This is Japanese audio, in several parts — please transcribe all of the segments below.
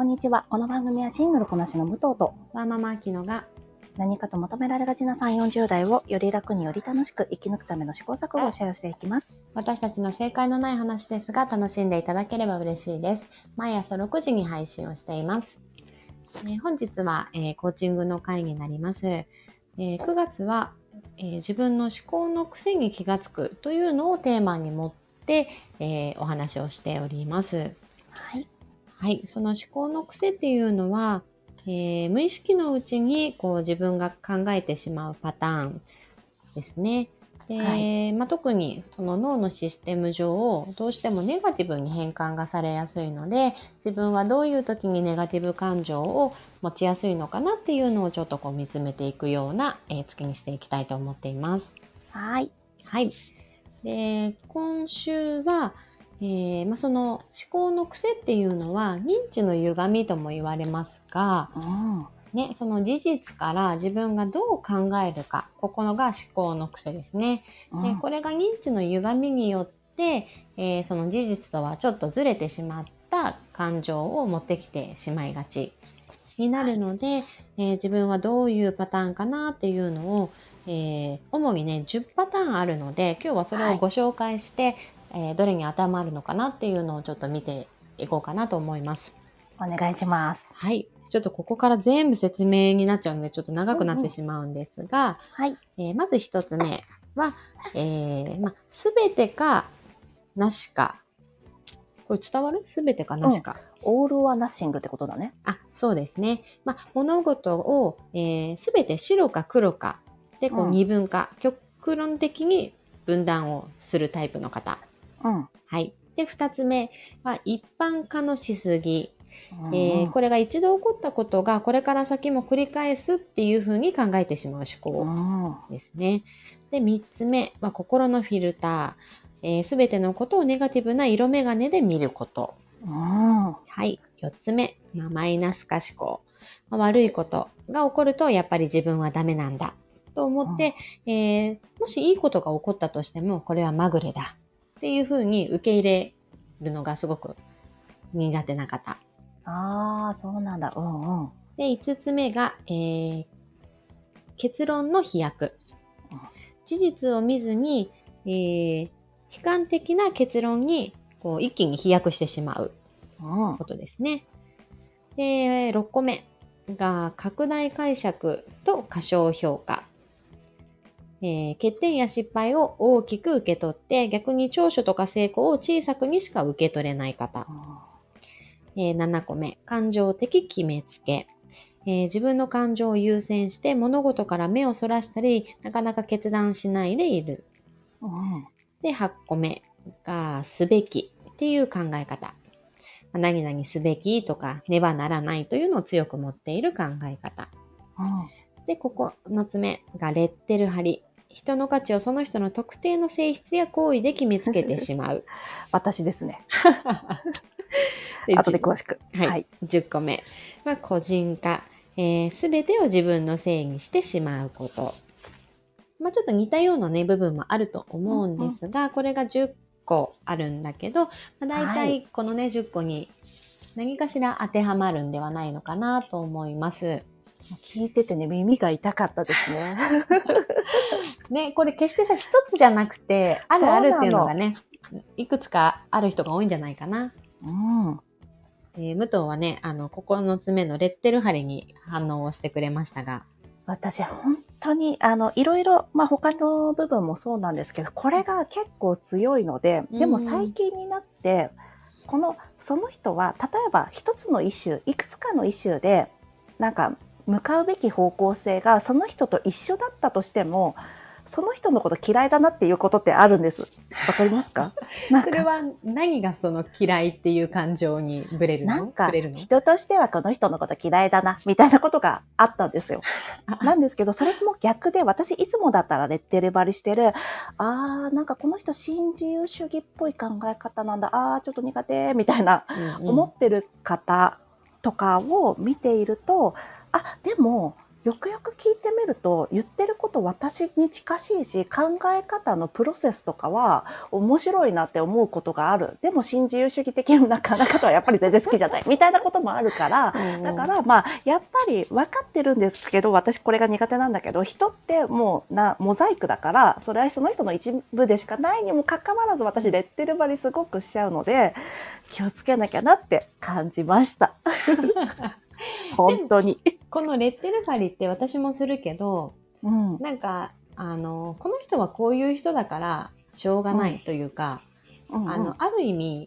んにちは。この番組はシングルこなしの武藤とワーママアキノが何かと求められがちな3、40代をより楽により楽しく生き抜くための試行錯誤をシェアしていきます。 私たちの正解のない話ですが楽しんでいただければ嬉しいです。毎朝6時に配信をしています。本日は、コーチングの会になります。9月は、自分の思考の癖に気がつくというのをテーマに持って、お話をしております。はい、その思考の癖っていうのは、無意識のうちにこう自分が考えてしまうパターンですね。で、特にその脳のシステム上どうしてもネガティブに変換がされやすいので、自分はどういう時にネガティブ感情を持ちやすいのかなっていうのをちょっとこう見つめていくような、月にしていきたいと思っています。 はい。 で、今週はその思考の癖っていうのは認知の歪みとも言われますが、その事実から自分がどう考えるか、ここのが思考の癖ですね。でこれが認知の歪みによって、その事実とはちょっとずれてしまった感情を持ってきてしまいがちになるので、自分はどういうパターンかなっていうのを、主にね10パターンあるので、今日はそれをご紹介して、どれに当てはまるのかなっていうのをちょっと見ていこうかなと思います。 お願いします。 はい。ちょっとここから全部説明になっちゃうのでちょっと長くなってしまうんですが、まず一つ目は、すべてかなしか。これ伝わる？すべてかなしか。 オールはナッシングってことだね。 そうですね。物事をすべて白か黒かでこう二分化、極論的に分断をするタイプの方。はい。で、二つ目は一般化のしすぎ。これが一度起こったことがこれから先も繰り返すっていうふうに考えてしまう思考ですね。で、三つ目は心のフィルター。すべてのことをネガティブな色眼鏡で見ること。はい。四つ目、マイナス化思考。悪いことが起こるとやっぱり自分はダメなんだと思って、もしいいことが起こったとしてもこれはまぐれだっていうふうに受け入れるのがすごく苦手な方。 そうなんだ。 で、5つ目が、結論の飛躍。事実を見ずに、悲観的な結論にこう一気に飛躍してしまうことですね。で、6個目が拡大解釈と過小評価。欠点や失敗を大きく受け取って逆に長所とか成功を小さくにしか受け取れない方。7個目、感情的決めつけ。自分の感情を優先して物事から目をそらしたり、なかなか決断しないでいる。で、8個目がすべきっていう考え方。何々すべきとか、ねばならないというのを強く持っている考え方。で、9つ目がレッテル貼り。人の価値をその人の特定の性質や行為で決めつけてしまう。 私ですね。後で詳しく。 10個目は個人化。すべてを自分のせいにしてしまうこと。ちょっと似たようなね、部分もあると思うんですが、これが10個あるんだけど、だいたいこのね、10個に何かしら当てはまるんではないのかなと思います。 聞いててね、耳が痛かったですね。 ね、これ決してさ、一つじゃなくて、あるあるっていうのがね、いくつかある人が多いんじゃないかな。武藤はね、9つ目のレッテル貼りに反応をしてくれましたが。 私、本当に、いろいろ、他の部分もそうなんですけど、これが結構強いので、でも最近になって、その人は、例えば一つのイシュー、いくつかのイシューで、向かうべき方向性がその人と一緒だったとしても、その人のこと嫌いだなっていうことってあるんです。わかりますか？ それは何がその嫌いっていう感情にブレるの？ 人としてはこの人のこと嫌いだなみたいなことがあったんですよ。なんですけど、それも逆で、私いつもだったらレッテル貼りしてる、この人新自由主義っぽい考え方なんだ、ちょっと苦手みたいな、思ってる方とかを見ていると、でもよくよく聞いてみると、言ってること私に近しいし、考え方のプロセスとかは面白いなって思うことがある。でも新自由主義的な考え方はやっぱり全然好きじゃない。みたいなこともあるから、だからやっぱり分かってるんですけど、私これが苦手なんだけど、人ってもうモザイクだから、それはその人の一部でしかないにもかかわらず、私レッテル貼りすごくしちゃうので、気をつけなきゃなって感じました。本当に。 このレッテル貼りって私もするけど、なんか、この人はこういう人だからしょうがないというか、ある意味、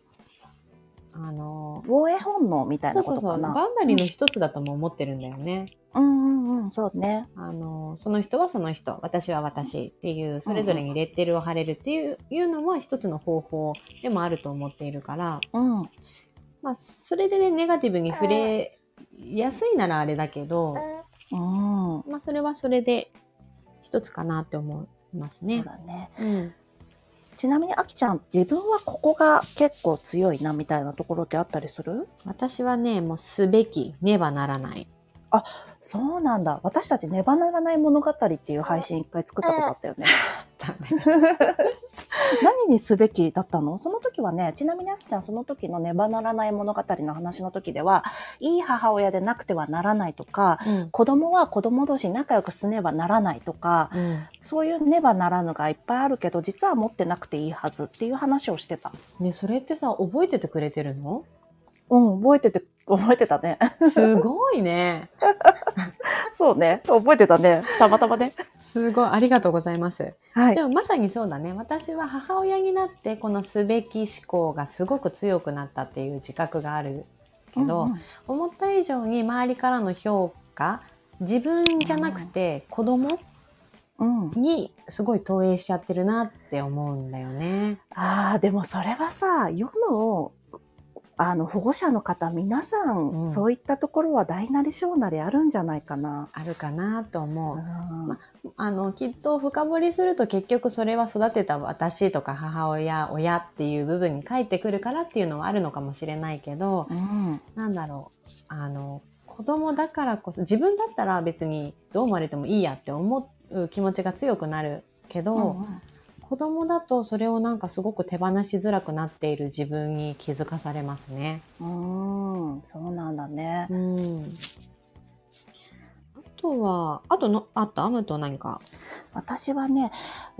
防衛本能みたいなことかな。 そうそうそう。バンダリーの一つだとも思ってるんだよね。 そうね。 その人はその人、私は私っていう、それぞれにレッテルを貼れるっていうのは一つの方法でもあると思っているから、それでね、ネガティブに触れやすいならあれだけど、それはそれで一つかなって思いますね。 そうだね。ちなみにあきちゃん、自分はここが結構強いなみたいなところってあったりする？ 私はね、もうすべき、ねばならない。 あ、そうなんだ。私たちねばならない物語っていう配信一回作ったことあったよね。何にすべきだったの？その時はね、ちなみにあきちゃんその時のねばならない物語の話の時では、いい母親でなくてはならないとか、子供は子供同士仲良くすねばならないとか、そういうねばならぬがいっぱいあるけど、実は持ってなくていいはずっていう話をしてた。 ね、それってさ、覚えててくれてるの？ 覚えてたね。 すごいね。 そうね。覚えてたね。たまたまね。 すごい。ありがとうございます。 はい。 でもまさにそうだね。私は母親になって、このすべき思考がすごく強くなったっていう自覚があるけど、思った以上に周りからの評価、自分じゃなくて子供にすごい投影しちゃってるなって思うんだよね。 でもそれはさ、世の保護者の方、皆さん、そういったところは大なり小なりあるんじゃないかな。 あるかなと思う。きっと深掘りすると結局それは育てた私とか母親、親っていう部分に返ってくるからっていうのはあるのかもしれないけど、なんだろう。子供だからこそ、自分だったら別にどう思われてもいいやって思う気持ちが強くなるけど、子供だとそれをなんかすごく手放しづらくなっている自分に気づかされますね。 そうなんだね。 あとアムと何か？ 私はね、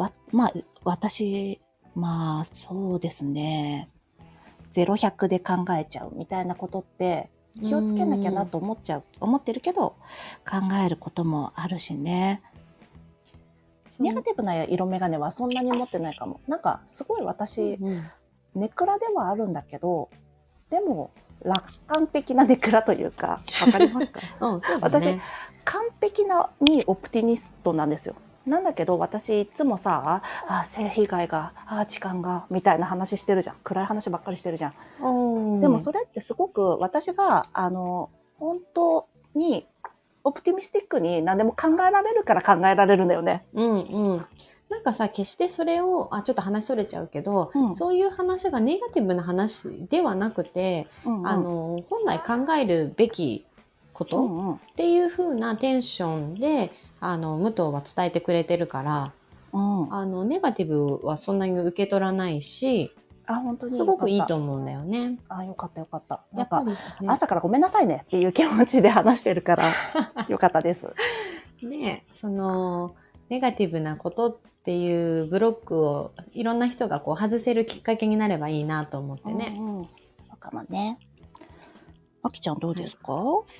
そうですね。0-100で考えちゃうみたいなことって気をつけなきゃなと思ってるけど、考えることもあるしね。ネガティブな色眼鏡はそんなに持ってないかも。なんかすごい私、ネクラではあるんだけど、でも楽観的なネクラというか、わかりますか？ そうだね、 私完璧にオプティミストなんですよ。なんだけど私いつもさ、性被害が、痴漢がみたいな話してるじゃん。暗い話ばっかりしてるじゃん。でもそれってすごく私が本当にオプティミスティックに何でも考えられるから考えられるんだよね。 なんかさ、決してそれを、ちょっと話それちゃうけど、そういう話がネガティブな話ではなくて、本来考えるべきことっていう風なテンションで、武藤は伝えてくれてるから、ネガティブはそんなに受け取らないし、 本当にすごくいいと思うんだよね。 よかったよかった。なんか、朝からごめんなさいねっていう気持ちで話してるからよかったです。 ね、ネガティブなことっていうブロックをいろんな人がこう外せるきっかけになればいいなと思ってね。 そうかもね。あきちゃんどうですか？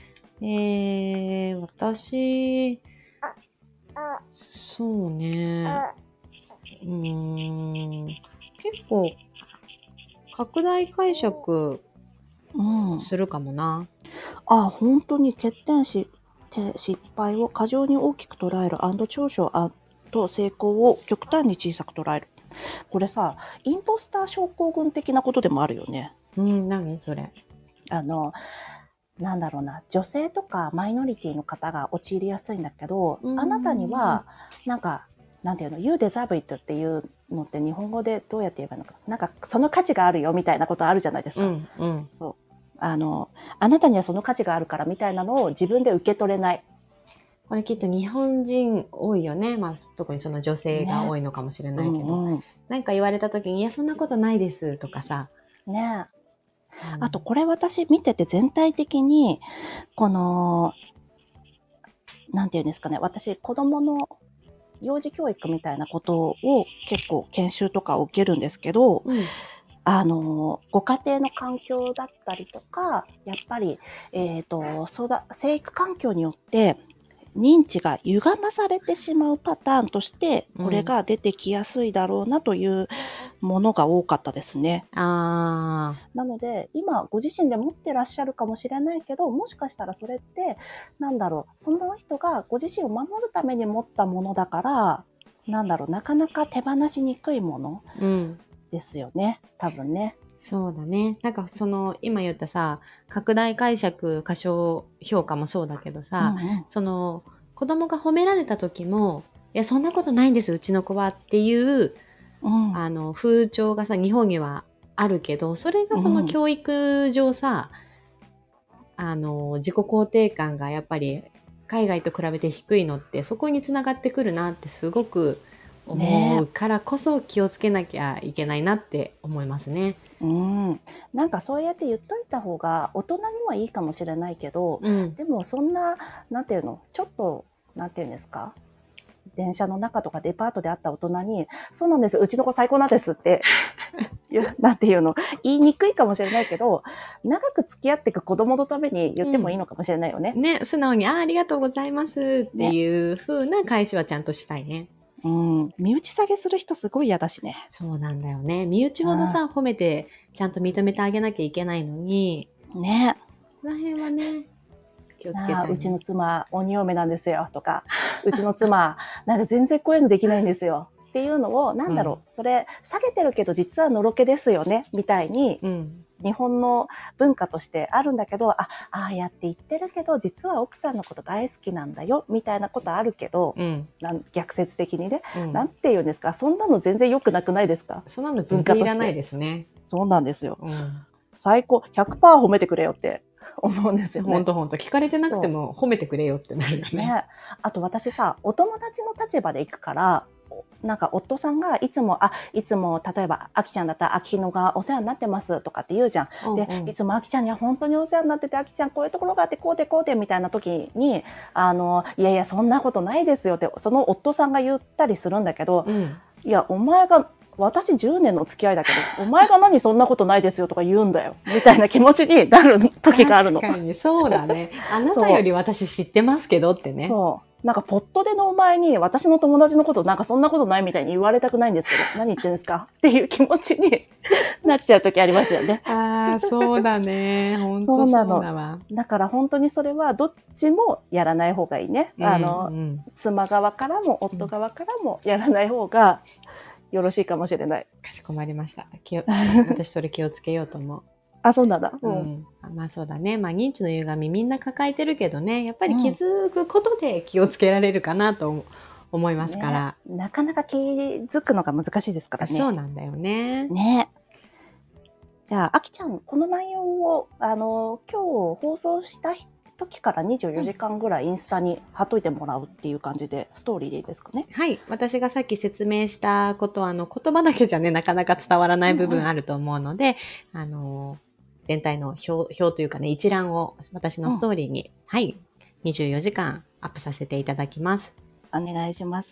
私、そうね。結構、拡大解釈するかもな。 本当に欠点失敗を過剰に大きく捉える&長所と成功を極端に小さく捉える。これさ、インポスター症候群的なことでもあるよね。 何それ？ なんだろうな、女性とかマイノリティの方が陥りやすいんだけど、あなたには、なんていうの、You deserve it っていうのって日本語でどうやって言えばいいのか。なんか、その価値があるよみたいなことあるじゃないですか。そう。あなたにはその価値があるからみたいなのを自分で受け取れない。 これきっと日本人多いよね。まあ、特にその女性が多いのかもしれないけど。なんか言われた時に、いや、そんなことないですとかさ。 ねあと、これ私見てて全体的に、この、なんていうんですかね、私、子供の幼児教育みたいなことを結構研修とかを受けるんですけど、ご家庭の環境だったりとか、やっぱり、生育環境によって、認知が歪まされてしまうパターンとして、これが出てきやすいだろうなというものが多かったですね。なので、今ご自身で持ってらっしゃるかもしれないけど、もしかしたらそれって、その人がご自身を守るために持ったものだから、なかなか手放しにくいものですよね、多分ね。 そうだね。なんか今言ったさ、拡大解釈、過小評価もそうだけどさ、子供が褒められた時も、いや、そんなことないんです、うちの子はっていう、風潮がさ、日本にはあるけど、それがその教育上さ、自己肯定感がやっぱり海外と比べて低いのって、そこにつながってくるなってすごく思うからこそ気をつけなきゃいけないなって思いますね。 なんかそうやって言っといた方が大人にはいいかもしれないけど、でもそんな、ちょっと、電車の中とかデパートで会った大人に、そうなんです、うちの子最高なんですって、言いにくいかもしれないけど、長く付き合っていく子供のために言ってもいいのかもしれないよね。 ね、素直に、ありがとうございますっていう風な返しはちゃんとしたいね。 身内下げする人すごい嫌だしね。 そうなんだよね。身内ほどさ、褒めてちゃんと認めてあげなきゃいけないのに。 ね。 この辺はね、気をつけたい、ね。 うちの妻、鬼嫁なんですよ、とか、うちの妻、なんか全然こういうのできないんですよ。っていうのを、それ、下げてるけど実はのろけですよね、みたいに、日本の文化としてあるんだけど、ああやって言ってるけど、実は奥さんのこと大好きなんだよ、みたいなことあるけど、逆説的にね、なんて言うんですか、そんなの全然良くなくないですか？ そんなの全然いらないですね。 そうなんですよ。最高、100% 褒めてくれよって思うんですよね。 ほんと聞かれてなくても褒めてくれよってなるよね。 あと私さ、お友達の立場で行くから、なんか夫さんがいつも例えばあきちゃんだったらあきひのがお世話になってますとかって言うじゃん。で、いつもあきちゃんには本当にお世話になってて、あきちゃんこういうところがあってこうでみたいな時に、いやいやそんなことないですよってその夫さんが言ったりするんだけど、いやお前が私10年の付き合いだけど、お前が何そんなことないですよとか言うんだよみたいな気持ちになる時があるの。 確かにそうだね。あなたより私知ってますけどってね。 なんかポットでのお前に私の友達のことなんかそんなことないみたいに言われたくないんですけど、何言ってんですかっていう気持ちになっちゃう時ありますよね。 そうだね。本当そうだわ。 だから本当にそれはどっちもやらない方がいいね。妻側からも夫側からもやらない方がよろしいかもしれない。 かしこまりました。私それ気をつけようと思う。 そうなんだ。 まあそうだね。まあ認知の歪みみんな抱えてるけどね、やっぱり気づくことで気をつけられるかなと思いますから。 なかなか気づくのが難しいですからね。 そうなんだよね。 じゃあ、あきちゃん、この内容を、今日放送した時から24時間ぐらいインスタに貼っといてもらうっていう感じで、ストーリーでいいですかね。 はい。私がさっき説明したことは、言葉だけじゃね、なかなか伝わらない部分あると思うので、全体の表というかね、一覧を私のストーリーに、はい、24時間アップさせていただきます。 お願いします。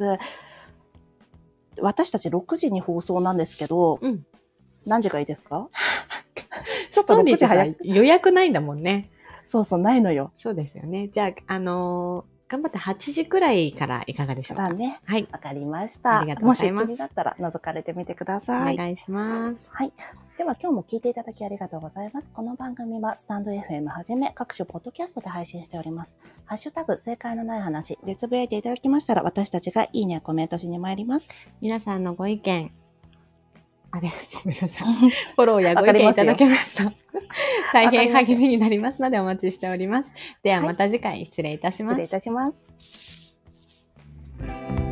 私たち6時に放送なんですけど、何時がいいですか？ ちょっと6時早く。予約ないんだもんね。 そう、ないのよ。 そうですよね。じゃあ、頑張って8時くらいからいかがでしょうか。 ね。 はい。 わかりました。 ありがとうございます。 もし気になったら覗かれてみてください。 お願いします。 はい。では今日も聞いていただきありがとうございます。この番組はスタンド FM はじめ各種ポッドキャストで配信しております。ハッシュタグ正解のない話でつぶやいていただきましたら私たちがいいねやコメントしに参ります。 皆さんのご意見、ごめんなさい。フォローやご意見いただけますと大変励みになりますのでお待ちしております。ではまた次回失礼いたします。 失礼いたします。